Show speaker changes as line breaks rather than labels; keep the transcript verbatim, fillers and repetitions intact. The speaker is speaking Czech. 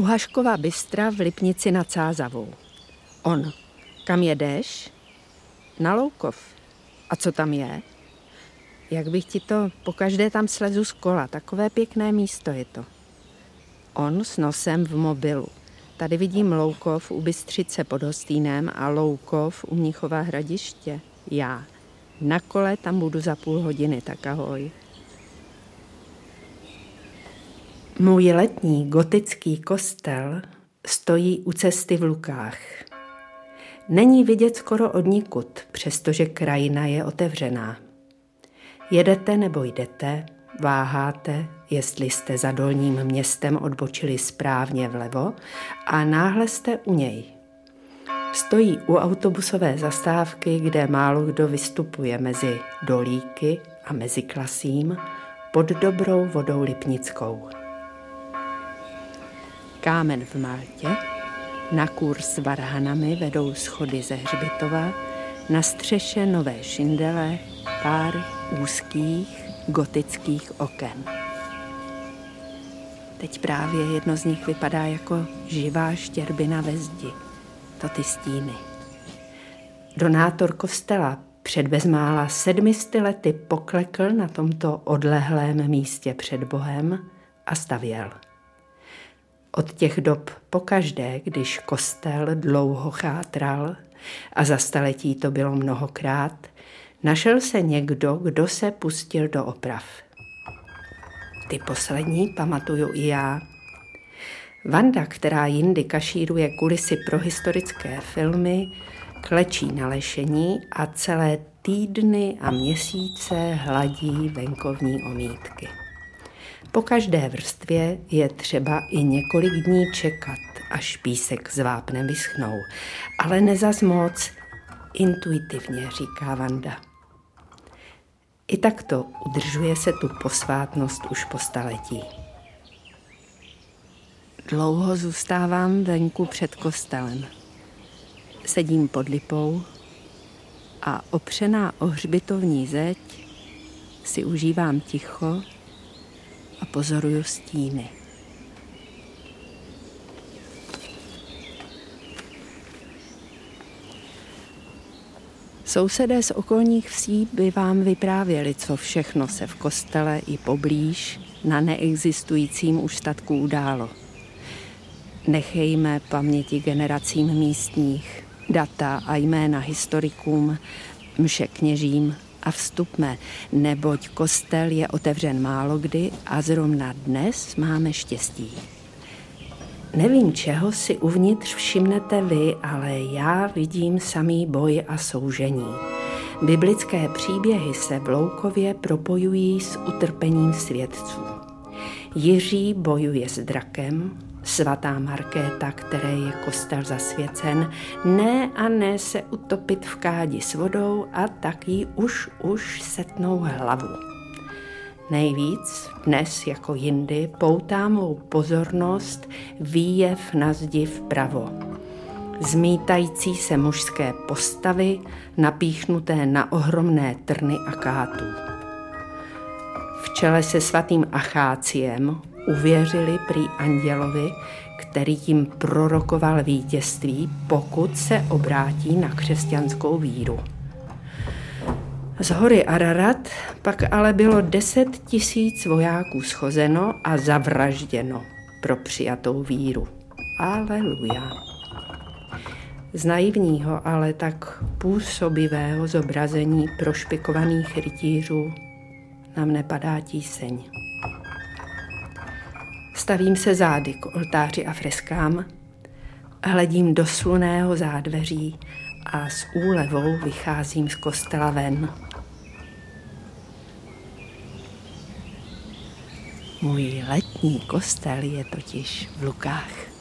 Haškova bystra v Lipnici nad Sázavou. On. Kam jedeš? Na Loukov. A co tam je? Jak bych ti to, pokaždé tam slezu z kola, takové pěkné místo je to. On s nosem v mobilu. Tady vidím Loukov u Bystřice pod Hostýnem a Loukov u Mnichova Hradiště. Já. Na kole tam budu za půl hodiny, tak ahoj. Můj letní gotický kostel stojí u cesty v Lukách. Není vidět skoro odnikud, přestože krajina je otevřená. Jedete nebo jdete, váháte, jestli jste za Dolním Městem odbočili správně vlevo a náhle jste u něj. Stojí u autobusové zastávky, kde málo kdo vystupuje mezi Dolíky a mezi Klasím pod dobrou vodou Lipnickou. Kámen v Maltě, na kurz s varhanami vedou schody ze hřbitova, na střeše nové šindele, pár úzkých gotických oken. Teď právě jedno z nich vypadá jako živá štěrbina ve zdi, to ty stíny. Donátor kostela před bezmála sedmisty lety poklekl na tomto odlehlém místě před Bohem a stavěl. Od těch dob pokaždé, když kostel dlouho chátral, a za staletí to bylo mnohokrát, našel se někdo, kdo se pustil do oprav. Ty poslední pamatuju i já. Vanda, která jindy kašíruje kulisy pro historické filmy, klečí na lešení a celé týdny a měsíce hladí venkovní omítky. Po každé vrstvě je třeba i několik dní čekat, až písek s vápnem vyschnou, ale nezas moc, intuitivně, říká Vanda. I takto udržuje se tu posvátnost už po staletí. Dlouho zůstávám venku před kostelem. Sedím pod lipou a opřená o hřbitovní zeď si užívám ticho a pozoruju stíny. Sousedé z okolních vsí by vám vyprávěli, co všechno se v kostele i poblíž na neexistujícím už statku událo. Nechejme paměti generacím místních, data a jména historikům, mše kněžím a vstupme, neboť kostel je otevřen málokdy a zrovna dnes máme štěstí. Nevím, čeho si uvnitř všimnete vy, ale já vidím samý boj a soužení. Biblické příběhy se v Loukově propojují s utrpením svědců. Jiří bojuje s drakem, svatá Markéta, které je kostel zasvěcen, ne a ne se utopit v kádi s vodou a tak jí už už setnou hlavu. Nejvíc, dnes jako jindy, poutá mou pozornost výjev na zdi vpravo. Zmítající se mužské postavy, napíchnuté na ohromné trny akátů. V čele se svatým Acháciem uvěřili prý andělovi, který jim prorokoval vítězství, pokud se obrátí na křesťanskou víru. Z hory Ararat pak ale bylo deset tisíc vojáků schozeno a zavražděno pro přijatou víru. Aleluja. Z naivního, ale tak působivého zobrazení prošpikovaných rytířů nám nepadá tíseň. Stavím se zády k oltáři a freskám, hledím do slunného zádveří a s úlevou vycházím z kostela ven. Můj letní kostel je totiž v Lukách.